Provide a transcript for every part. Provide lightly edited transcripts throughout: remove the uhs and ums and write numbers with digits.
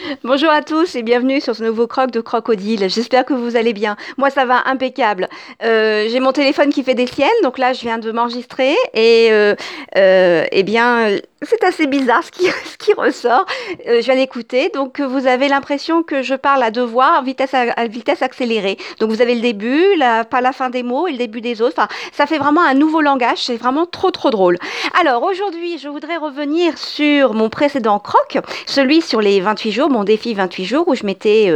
Bonjour à tous et bienvenue sur ce nouveau croc de crocodile. J'espère que vous allez bien. Moi, ça va impeccable. J'ai mon téléphone qui fait des siennes, donc là, je viens de m'enregistrer et eh bien, c'est assez bizarre ce qui ressort. Je viens d'écouter, donc vous avez l'impression que je parle à deux voix, à vitesse accélérée. Donc vous avez le début, pas la fin des mots et le début des autres. Enfin, ça fait vraiment un nouveau langage. C'est vraiment trop drôle. Alors aujourd'hui, je voudrais revenir sur mon précédent croc, celui sur les 28 jours, mon défi 28 jours, où je m'étais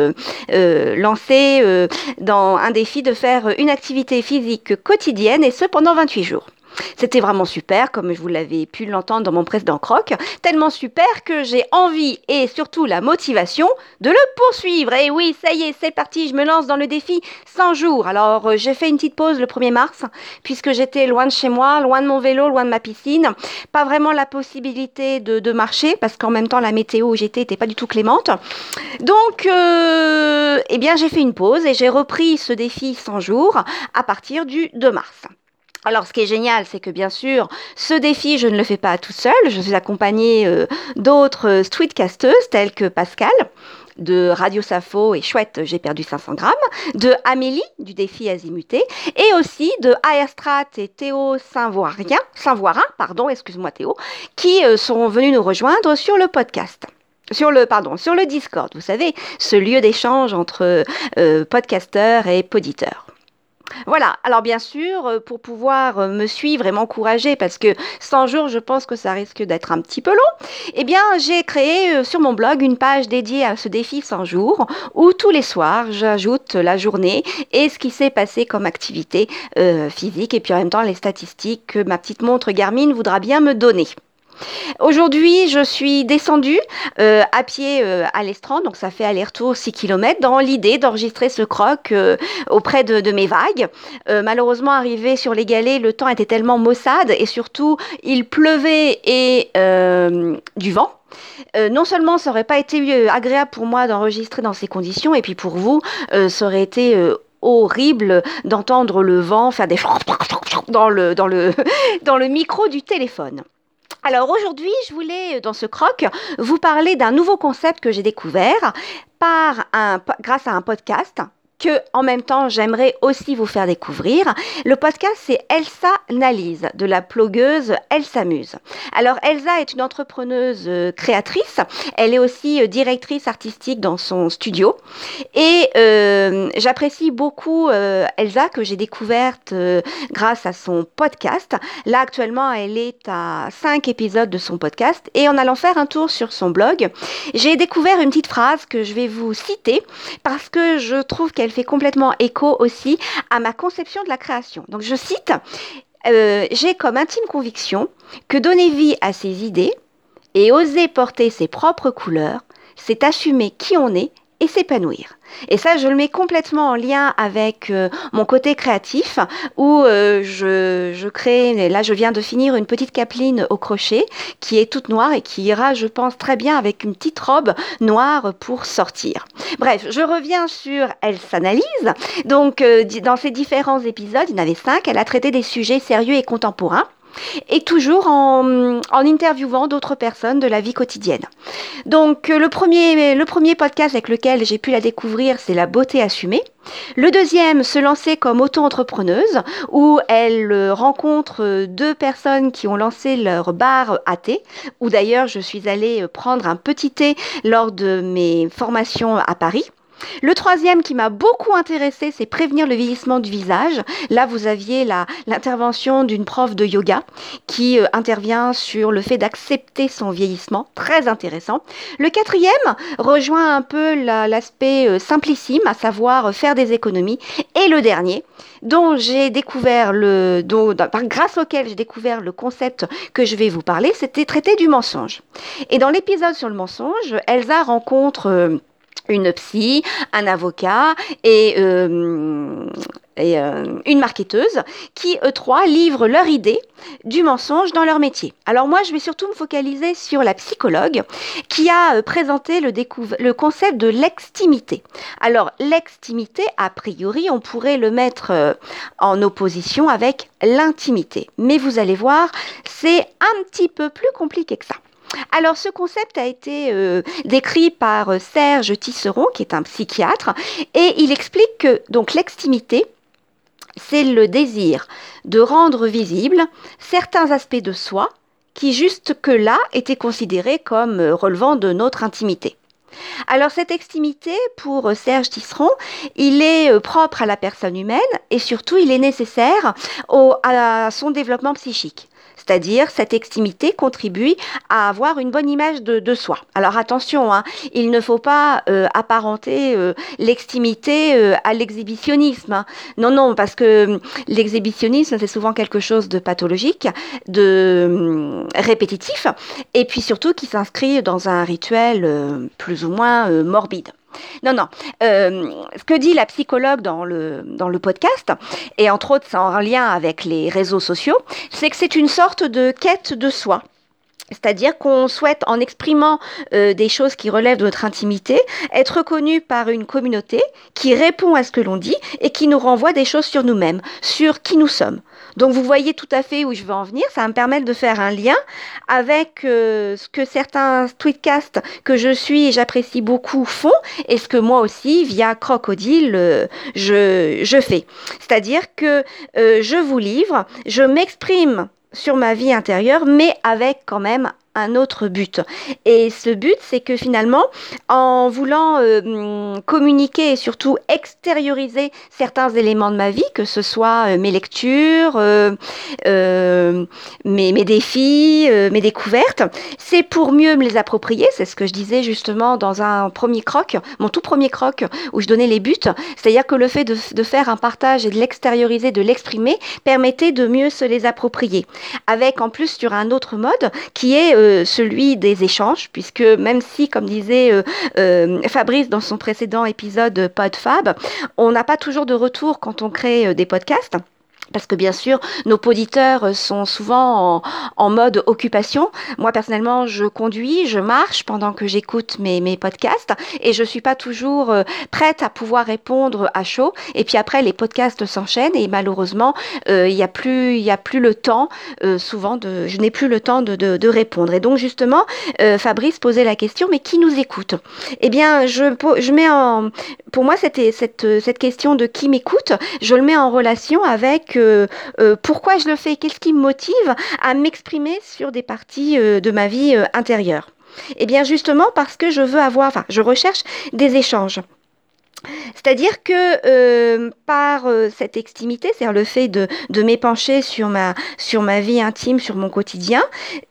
lancée dans un défi de faire une activité physique quotidienne, et ce pendant 28 jours. C'était vraiment super, comme je vous l'avais pu l'entendre dans mon précédent croc, tellement super que j'ai envie et surtout la motivation de le poursuivre. Et oui, ça y est, c'est parti, je me lance dans le défi 100 jours. Alors, j'ai fait une petite pause le 1er mars, puisque j'étais loin de chez moi, loin de mon vélo, loin de ma piscine. Pas vraiment la possibilité de marcher, parce qu'en même temps, la météo où j'étais n'était pas du tout clémente. Donc, eh bien, j'ai fait une pause et j'ai repris ce défi 100 jours à partir du 2 mars. Alors, ce qui est génial, c'est que bien sûr, ce défi, je ne le fais pas toute seule. Je suis accompagnée d'autres streetcasteuses telles que Pascal de Radio Safo et Chouette, j'ai perdu 500 grammes, de Amélie du défi Azimuté et aussi de Aerstrat et Théo Saint-Voirin, pardon, excuse-moi Théo, qui sont venus nous rejoindre sur le podcast. Sur le Discord, vous savez, ce lieu d'échange entre podcasteurs et poditeurs. Voilà, alors bien sûr, pour pouvoir me suivre et m'encourager, parce que 100 jours, je pense que ça risque d'être un petit peu long, eh bien, j'ai créé sur mon blog une page dédiée à ce défi 100 jours, où tous les soirs, j'ajoute la journée et ce qui s'est passé comme activité physique, et puis en même temps les statistiques que ma petite montre Garmin voudra bien me donner. Aujourd'hui, je suis descendue à pied à l'Estran, donc ça fait aller-retour 6 km, dans l'idée d'enregistrer ce croc auprès de mes vagues. Malheureusement, arrivé sur les galets, le temps était tellement maussade et surtout, il pleuvait et du vent. Non seulement ça aurait pas été agréable pour moi d'enregistrer dans ces conditions, et puis pour vous, ça aurait été horrible d'entendre le vent faire des dans le micro du téléphone. Alors aujourd'hui, je voulais, dans ce croc, vous parler d'un nouveau concept que j'ai découvert grâce à un podcast que, en même temps, j'aimerais aussi vous faire découvrir. Le podcast, c'est Elsa Analyse, de la blogueuse Elsa Muse. Alors, Elsa est une entrepreneuse créatrice. Elle est aussi directrice artistique dans son studio. Et j'apprécie beaucoup Elsa, que j'ai découverte grâce à son podcast. Là, actuellement, elle est à 5 épisodes de son podcast. Et en allant faire un tour sur son blog, j'ai découvert une petite phrase que je vais vous citer parce que je trouve qu'elle fait complètement écho aussi à ma conception de la création. Donc, je cite, j'ai comme intime conviction que donner vie à ses idées et oser porter ses propres couleurs, c'est assumer qui on est et s'épanouir. Et ça, je le mets complètement en lien avec mon côté créatif, où je crée, et là je viens de finir une petite capeline au crochet, qui est toute noire et qui ira, je pense, très bien avec une petite robe noire pour sortir. Bref, je reviens sur Elle s'analyse. Donc, dans ces différents épisodes, il y en avait 5, elle a traité des sujets sérieux et contemporains, et toujours en interviewant d'autres personnes de la vie quotidienne. Donc le premier podcast avec lequel j'ai pu la découvrir, c'est La beauté assumée. Le deuxième, Se lancer comme auto-entrepreneuse, où elle rencontre deux personnes qui ont lancé leur bar à thé, où d'ailleurs je suis allée prendre un petit thé lors de mes formations à Paris. Le troisième qui m'a beaucoup intéressée, c'est Prévenir le vieillissement du visage. Là, vous aviez l'intervention d'une prof de yoga qui intervient sur le fait d'accepter son vieillissement. Très intéressant. Le quatrième rejoint un peu l'aspect simplissime, à savoir faire des économies. Et le dernier, grâce auquel j'ai découvert le concept que je vais vous parler, c'était traiter du mensonge. Et dans l'épisode sur le mensonge, Elsa rencontre une psy, un avocat et une marketeuse qui, eux trois, livrent leur idée du mensonge dans leur métier. Alors moi, je vais surtout me focaliser sur la psychologue qui a présenté le concept de l'extimité. Alors, l'extimité, a priori, on pourrait le mettre en opposition avec l'intimité. Mais vous allez voir, c'est un petit peu plus compliqué que ça. Alors, ce concept a été décrit par Serge Tisseron, qui est un psychiatre, et il explique que donc l'extimité, c'est le désir de rendre visible certains aspects de soi qui jusque-là étaient considérés comme relevant de notre intimité. Alors cette extimité, pour Serge Tisseron, il est propre à la personne humaine et surtout il est nécessaire à son développement psychique. C'est-à-dire, cette extimité contribue à avoir une bonne image de soi. Alors attention, hein, il ne faut pas apparenter l'extimité à l'exhibitionnisme, hein. Non, non, parce que l'exhibitionnisme, c'est souvent quelque chose de pathologique, de répétitif, et puis surtout qui s'inscrit dans un rituel plus ou moins morbide. Non, non. Ce que dit la psychologue dans le podcast, et entre autres c'est en lien avec les réseaux sociaux, c'est que c'est une sorte de quête de soi. C'est-à-dire qu'on souhaite, en exprimant des choses qui relèvent de notre intimité, être reconnu par une communauté qui répond à ce que l'on dit et qui nous renvoie des choses sur nous-mêmes, sur qui nous sommes. Donc vous voyez tout à fait où je veux en venir. Ça va me permettre de faire un lien avec ce que certains tweetcasts que je suis et j'apprécie beaucoup font et ce que moi aussi, via Crocodile, je fais. C'est-à-dire que je vous livre, je m'exprime sur ma vie intérieure, mais avec quand même un autre but. Et ce but, c'est que finalement, en voulant communiquer et surtout extérioriser certains éléments de ma vie, que ce soit mes lectures, mes défis, mes découvertes, c'est pour mieux me les approprier. C'est ce que je disais justement dans un premier croc, mon tout premier croc, où je donnais les buts. C'est-à-dire que le fait de faire un partage et de l'extérioriser, de l'exprimer, permettait de mieux se les approprier. Avec en plus sur un autre mode qui est celui des échanges, puisque même si, comme disait Fabrice dans son précédent épisode PodFab, on n'a pas toujours de retour quand on crée des podcasts. Parce que bien sûr, nos auditeurs sont souvent en mode occupation. Moi, personnellement, je conduis, je marche pendant que j'écoute mes podcasts et je suis pas toujours prête à pouvoir répondre à chaud. Et puis après, les podcasts s'enchaînent et malheureusement, il y a plus le temps, je n'ai plus le temps de répondre. Et donc, justement, Fabrice posait la question, mais qui nous écoute? Eh bien, je mets pour moi, cette question de qui m'écoute, je le mets en relation avec pourquoi je le fais, qu'est-ce qui me motive à m'exprimer sur des parties de ma vie intérieure. Eh bien justement parce que je recherche des échanges. C'est-à-dire que par cette extimité, c'est-à-dire le fait de m'épancher sur ma vie intime, sur mon quotidien,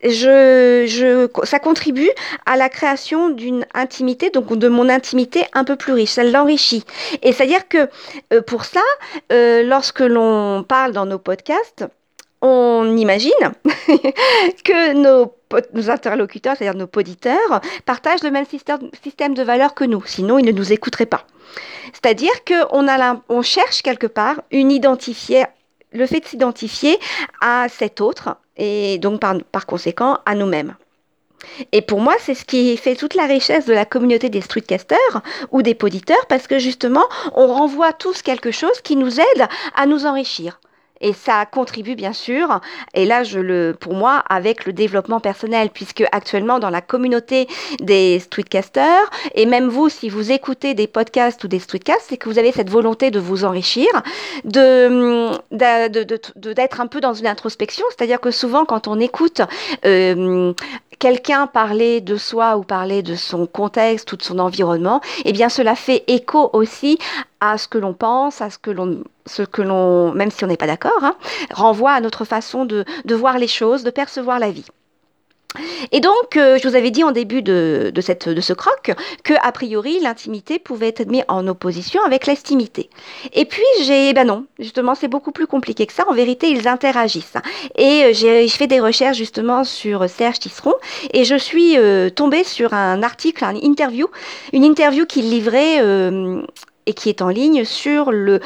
ça contribue à la création d'une intimité, donc de mon intimité un peu plus riche, ça l'enrichit. Et c'est-à-dire que pour ça, lorsque l'on parle dans nos podcasts, on imagine que nos interlocuteurs, c'est-à-dire nos auditeurs, partagent le même système de valeurs que nous, sinon ils ne nous écouteraient pas. C'est-à-dire qu'on cherche quelque part le fait de s'identifier à cet autre et donc par conséquent à nous-mêmes. Et pour moi, c'est ce qui fait toute la richesse de la communauté des streetcasters ou des poditeurs parce que justement, on renvoie tous quelque chose qui nous aide à nous enrichir. Et ça contribue bien sûr, et là pour moi, avec le développement personnel, puisque actuellement dans la communauté des streetcasters, et même vous, si vous écoutez des podcasts ou des streetcasts, c'est que vous avez cette volonté de vous enrichir, d'être un peu dans une introspection, c'est-à-dire que souvent quand on écoute quelqu'un parler de soi ou parler de son contexte ou de son environnement, eh bien cela fait écho aussi à ce que l'on pense, à ce que l'on, même si on n'est pas d'accord, hein, renvoie à notre façon de voir les choses, de percevoir la vie. Et donc, je vous avais dit en début de ce croc que, a priori, l'intimité pouvait être mise en opposition avec l'estimité. Et puis, ben non, justement, c'est beaucoup plus compliqué que ça. En vérité, ils interagissent. Et j'ai fait des recherches justement sur Serge Tisseron et je suis tombée sur un article, une interview qu'il livrait et qui est en ligne sur le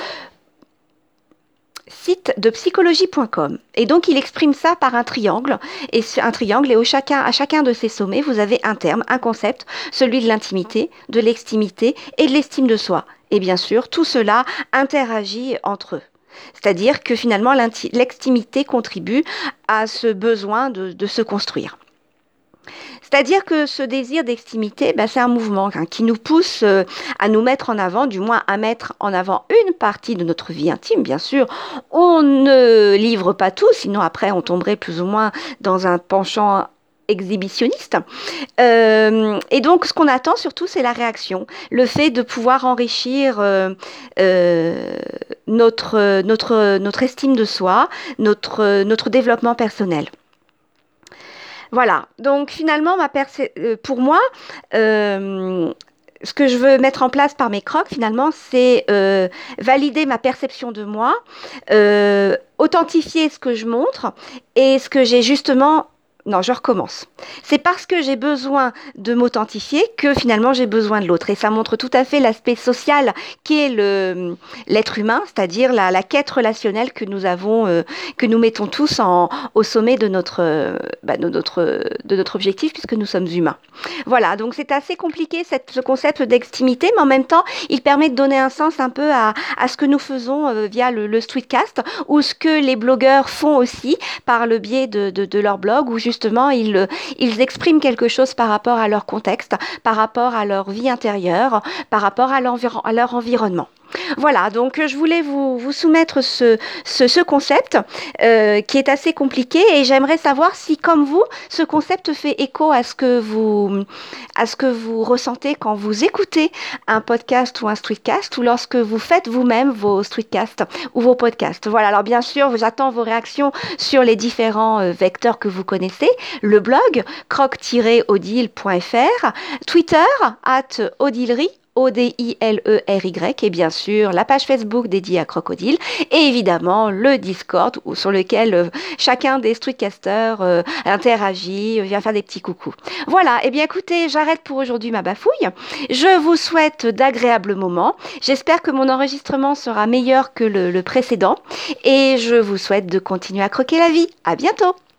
site de psychologie.com. Et donc, il exprime ça par un triangle. Et à chacun de ces sommets, vous avez un terme, un concept, celui de l'intimité, de l'extimité et de l'estime de soi. Et bien sûr, tout cela interagit entre eux. C'est-à-dire que finalement, l'extimité contribue à ce besoin de se construire. C'est-à-dire que ce désir d'extimité, ben, c'est un mouvement hein, qui nous pousse à nous mettre en avant, du moins à mettre en avant une partie de notre vie intime, bien sûr. On ne livre pas tout, sinon après on tomberait plus ou moins dans un penchant exhibitionniste. Et donc, ce qu'on attend surtout, c'est la réaction, le fait de pouvoir enrichir euh, notre estime de soi, notre développement personnel. Voilà, donc finalement, pour moi, euh, ce que je veux mettre en place par mes crocs, finalement, c'est valider ma perception de moi, authentifier ce que je montre et ce que j'ai justement... Non, je recommence. C'est parce que j'ai besoin de m'authentifier que finalement j'ai besoin de l'autre. Et ça montre tout à fait l'aspect social qui est l'être humain, c'est-à-dire la quête relationnelle que nous avons, que nous mettons tous au sommet de notre objectif puisque nous sommes humains. Voilà, donc c'est assez compliqué ce concept d'extimité, mais en même temps, il permet de donner un sens un peu à ce que nous faisons via le streetcast ou ce que les blogueurs font aussi par le biais de leur blog où justement ils expriment quelque chose par rapport à leur contexte, par rapport à leur vie intérieure, par rapport à leur environnement. Voilà, donc je voulais vous soumettre ce concept qui est assez compliqué et j'aimerais savoir si, comme vous, ce concept fait écho à ce que vous ressentez quand vous écoutez un podcast ou un streetcast ou lorsque vous faites vous-même vos streetcasts ou vos podcasts. Voilà, alors bien sûr, j'attends vos réactions sur les différents vecteurs que vous connaissez, le blog croc-odile.fr, Twitter @odillery ODILERY et bien sûr la page Facebook dédiée à Crocodile et évidemment le Discord sur lequel chacun des streetcasters interagit, vient faire des petits coucous. Voilà, et bien écoutez, j'arrête pour aujourd'hui ma bafouille. Je vous souhaite d'agréables moments. J'espère que mon enregistrement sera meilleur que le précédent et je vous souhaite de continuer à croquer la vie. À bientôt!